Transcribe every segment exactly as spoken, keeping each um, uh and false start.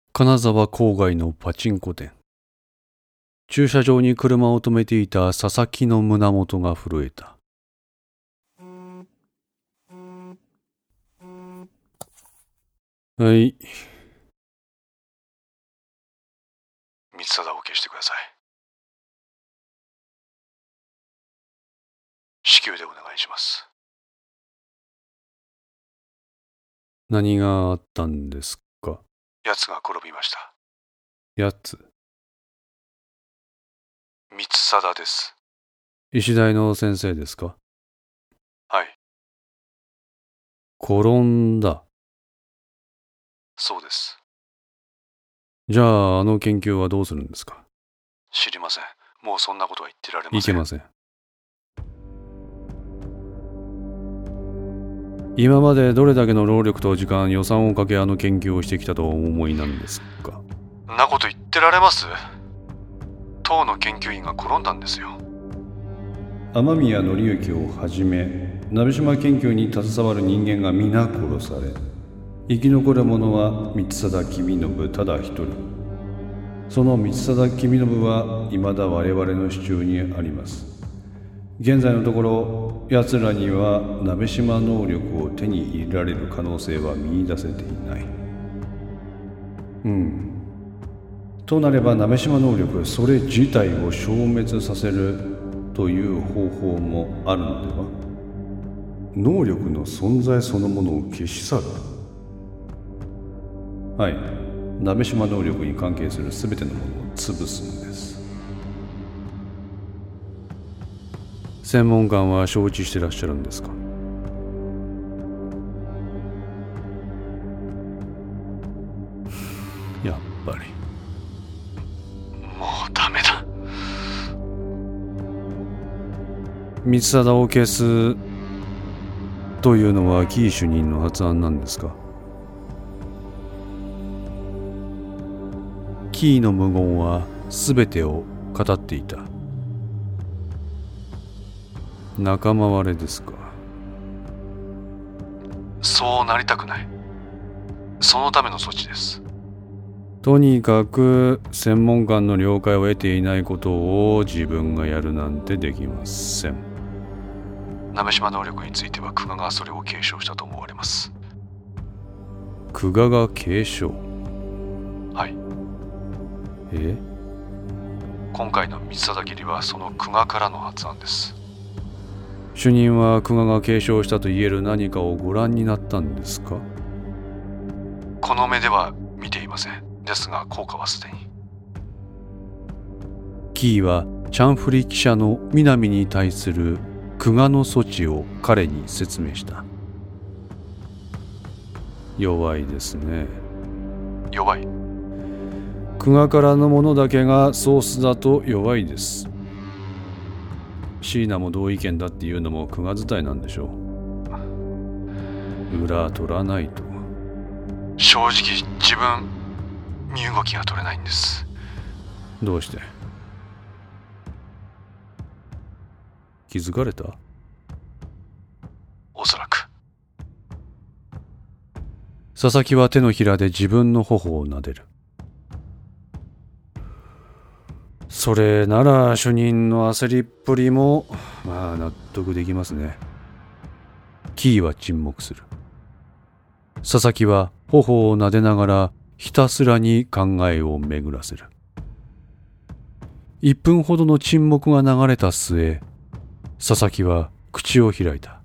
金沢郊外のパチンコ店。駐車場に車を止めていた佐々木の胸元が震えた。はい。 光貞を消してください。至急でお願いします。 何があったんですか？ 奴が転びました。 やつ。 光貞です。 医大の先生ですか？ はい。 転んだ。 そうです。 じゃああの研究はどうするんですか？ 知りません。もうそんなことは言ってられません。 いけません。今までどれだけの労力と時間、予算をかけあの研究をしてきたとお思いなんですか？ そんなこと言ってられます？当の研究員が転んだんですよ。 雨宮則之をはじめ鍋島研究に携わる人間が皆殺され、生き残る者は光貞君信ただ一人。その光貞君信は未だ我々の手中にあります。現在のところ奴らには鍋島能力を手に入れられる可能性は見出せていない。うんとなれば鍋島能力それ自体を消滅させるという方法もあるのでは？能力の存在そのものを消し去る。はい、鍋島能力に関係する全てのものを潰すんです。専門官は承知してらっしゃるんですか？やっぱりもうダメだ。 光貞を消すというのはキー主任の発案なんですか？キーの無言は全てを語っていた。仲間割れですか？ そうなりたくない。そのための措置です。 とにかく専門官の了解を得ていないことを自分がやるなんてできません。 鍋島能力については久我がそれを継承したと思われます。 久我が継承？ はい。 え？ 今回の光貞切りはその久我からの発案です。 主任は久我が継承したと言える何かをご覧になったんですか？ この目では見ていません。ですが効果はすでに。 キーはチャンフリ記者の南に対する久我の措置を彼に説明した。弱いですね。 弱い。 久我からのものだけがソースだと弱いです。椎名も同意見だっていうのも久我伝いなんでしょう。裏取らないと。 正直自分身動きが取れないんです。 どうして？気づかれた？ おそらく。 佐々木は手のひらで自分の頬を撫でる。それなら主任の焦りっぷりもまあ納得できますね。キーは沈黙する。佐々木は頬を撫でながらひたすらに考えを巡らせる。一分ほどの沈黙が流れた末、佐々木は口を開いた。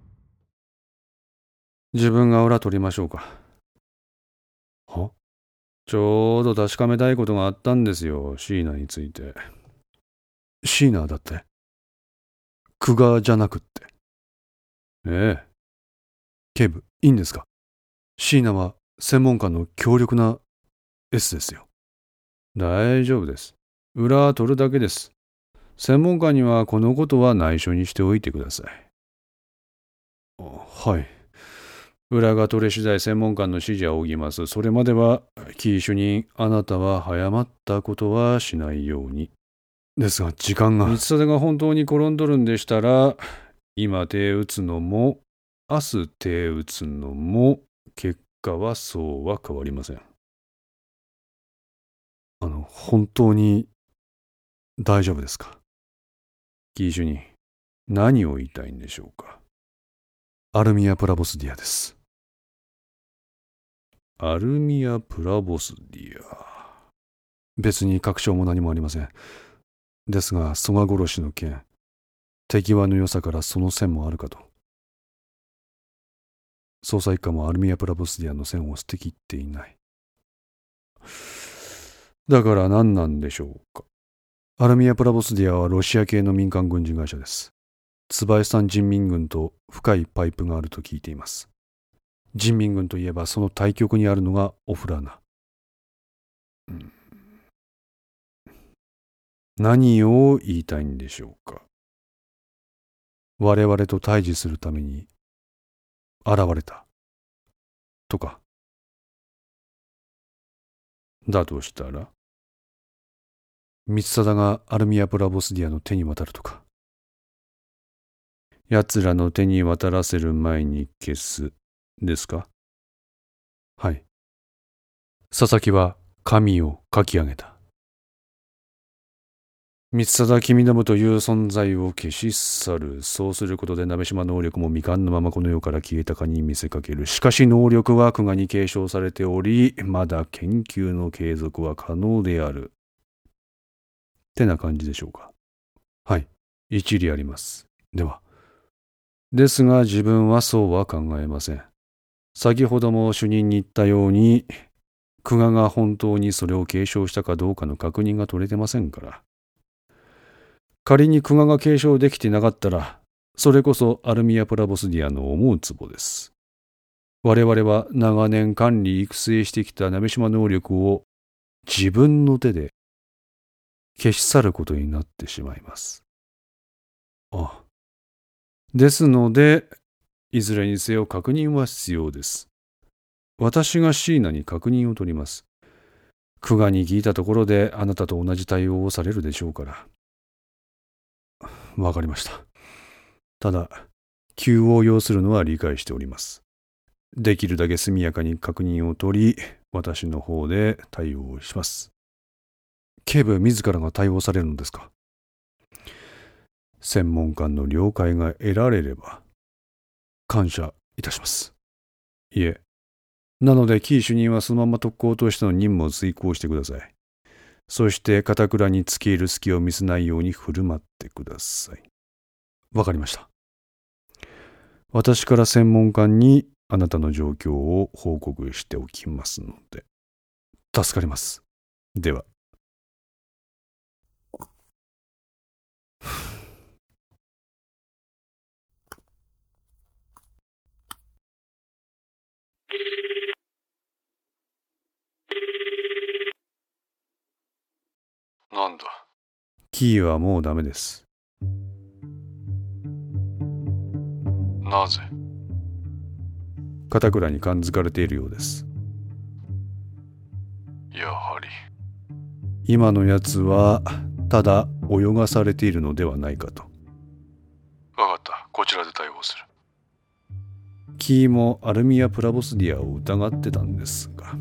自分が裏取りましょうか。は？ちょうど確かめたいことがあったんですよ、椎名について。椎名だって？久我じゃなくって。ええ。警部、いいんですか？椎名は専門家の強力な S ですよ。大丈夫です。裏取るだけです。専門家にはこのことは内緒にしておいてください。はい。裏が取れ次第専門官の指示は仰ぎます。それまではキー主任、あなたは早まったことはしないように。ですが時間が。光貞が本当に転んどるんでしたら、今手打つのも明日手打つのも結果はそうは変わりません。 本当に大丈夫ですか？キー主任、何を言いたいんでしょうか？アルミア・プラボスディアです。アルミア・プラボスディア。別に確証も何もありません。ですが、曽我殺しの件、手際の良さからその線もあるかと。捜査一課もアルミア・プラボスディアの線を捨てきっていない。だから何なんでしょうか。アルミア・プラボスディアはロシア系の民間軍事会社です。ツバエスタン人民軍と深いパイプがあると聞いています。人民軍といえばその対極にあるのがオフラーナ。うん、何を言いたいんでしょうか。我々と対峙するために現れたとか。だとしたら光貞がアルミア・プラボスディアの手に渡るとか。奴らの手に渡らせる前に消すですか？はい。佐々木は紙を書き上げた。光貞君どもという存在を消し去る。そうすることで鍋島能力も未完のままこの世から消えたかに見せかける。しかし能力は久我に継承されており、まだ研究の継続は可能である。ってな感じでしょうか。はい。一理あります。では。ですが自分はそうは考えません。先ほども主任に言ったように、久我が本当にそれを継承したかどうかの確認が取れてませんから。仮に久我が継承できてなかったら、それこそアルミア・プラボスディアの思うツボです。我々は長年管理育成してきた鍋島能力を自分の手で消し去ることになってしまいます。ああ。ですので、いずれにせよ確認は必要です。私が椎名に確認を取ります。久我に聞いたところであなたと同じ対応をされるでしょうから。わかりました。ただ、急を要するのは理解しております。できるだけ速やかに確認を取り、私の方で対応します。警部自らが対応されるのですか？専門官の了解が得られれば感謝いたします。いえ、なのでキー主任はそのまま特攻としての任務を遂行してください。そして片倉に付け入る隙を見せないように振る舞ってください。わかりました。私から専門官にあなたの状況を報告しておきますので。助かります。では。 なんだ。 キーはもうダメです。 なぜ？ 片倉に感づかれているようです。 やはり。 今のやつはただ泳がされているのではないかと。 わかった。こちらで対応する。 キーもアルミア・プラボスディアを疑ってたんですが。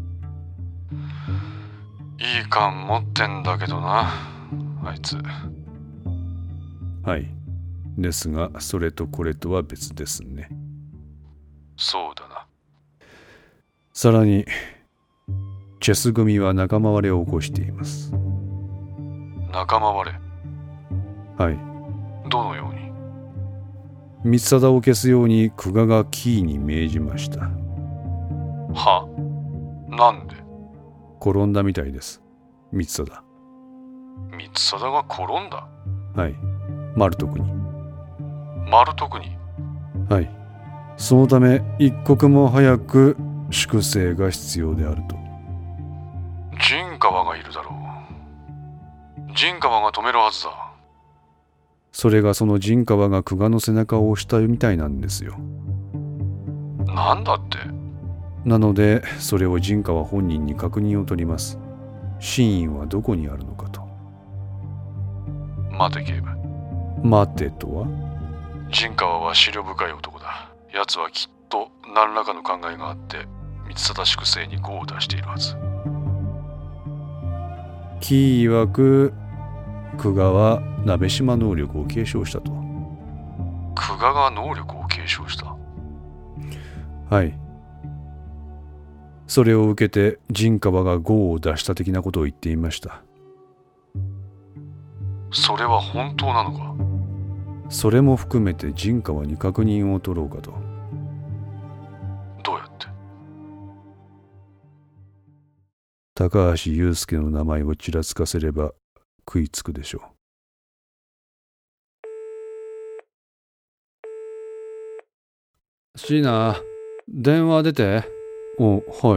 いい感持ってんだけどな、あいつ。 はい。ですが、それとこれとは別ですね。 そうだな。 さらに、チェス組は仲間割れを起こしています。 仲間割れ？ はい。 どのように？ 光貞を消すように久我がキーに命じました。 は？なんで？ 転んだみたいです。光貞。 光貞が転んだ？ はい。マルトクに。 マルトクに？ はい。そのため一刻も早く粛清が必要であると。 陣川がいるだろう。陣川が止めるはずだ。 それがその陣川が久我の背中を押したみたいなんですよ。 なんだって？ なのでそれを陣川本人に確認を取ります。真意はどこにあるのかと。 待て警部。 待てとは？ 陣川は思慮深い男だ。奴はきっと何らかの考えがあって光貞粛清にゴーを出しているはず。 キー曰く久我は鍋島能力を継承したと。 久我が能力を継承した。 はい。それを受けて陣川がゴーを出した的なことを言っていました。 それは本当なのか？ それも含めて陣川に確認を取ろうかと。 どうやって？ 高橋祐介の名前をちらつかせれば食いつくでしょう。椎名、電話出て。お、はい。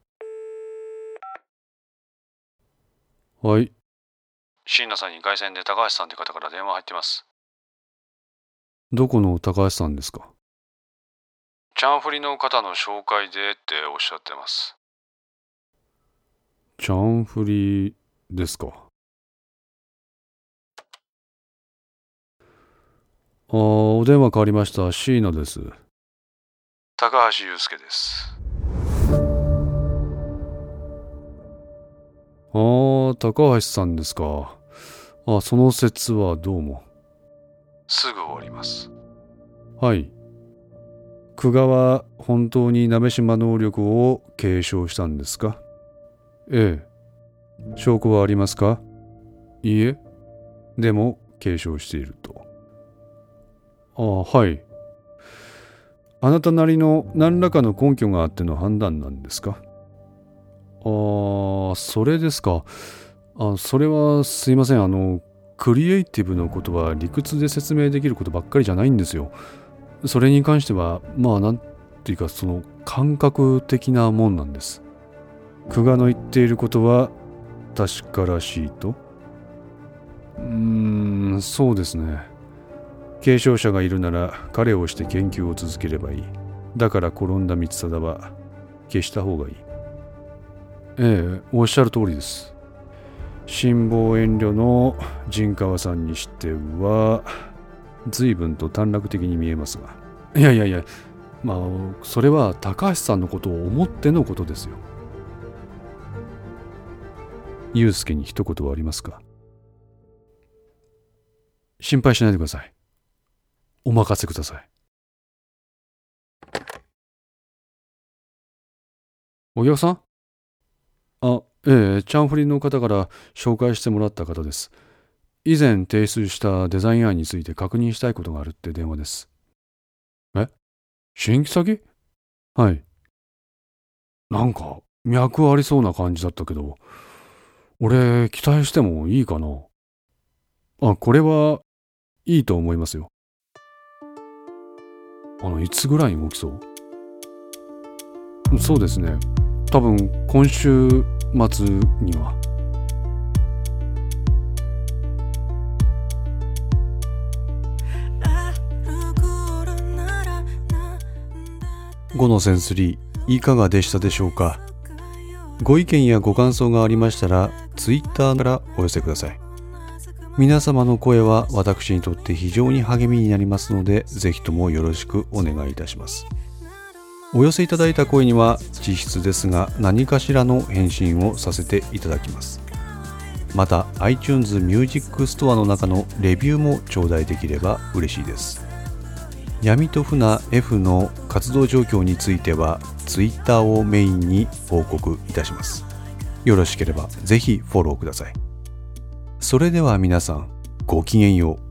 はい。 椎名さんに回線で高橋さんって方から電話入ってます。 どこの高橋さんですか？ チャンフリの方の紹介でっておっしゃってます。 チャンフリですか？ああ、お電話変わりました。椎名です。 高橋祐介です。 ああ、高橋さんですか。あ、その説はどうも。 すぐ終わります。 はい。久我は本当に鍋島能力を継承したんですか？ええ。証拠はありますか？いいえ。でも継承していると。ああ、はい。あなたなりの何らかの根拠があっての判断なんですか？ああ、それですか。あ、それはすいません。あの、クリエイティブのことは理屈で説明できることばっかりじゃないんですよ。それに関しては、まあ、なんていうか、その感覚的なもんなんです。久我の言っていることは確からしいと。うーん、そうですね。継承者がいるなら彼をして研究を続ければいい。だから転んだ光貞は消した方がいい。ええ、おっしゃる通りです。辛抱遠慮の陣川さんにしては随分と短絡的に見えますが。いやいやいや、まあそれは高橋さんのことを思ってのことですよ。祐介に一言はありますか？心配しないでください。お任せください。お客さん？あ、ええ、チャンフリの方から紹介してもらった方です。以前提出したデザイン案について確認したいことがあるって電話です。え？新規先？はい。なんか脈ありそうな感じだったけど、俺期待してもいいかな？あ、これはいいと思いますよ。あの、いつぐらいに動きそう？そうですね。多分今週末には。ごのセンスリーいかがでしたでしょうか？ご意見やご感想がありましたらツイッターからお寄せください。皆様の声は私にとって非常に励みになりますので、ぜひともよろしくお願いいたします。お寄せいただいた声には実質ですが何かしらの返信をさせていただきます。また iTunes Music Store の中のレビューも頂戴できれば嬉しいです。闇と船 F の活動状況については Twitter をメインに報告いたします。よろしければぜひフォローください。それでは皆さんごきげんよう。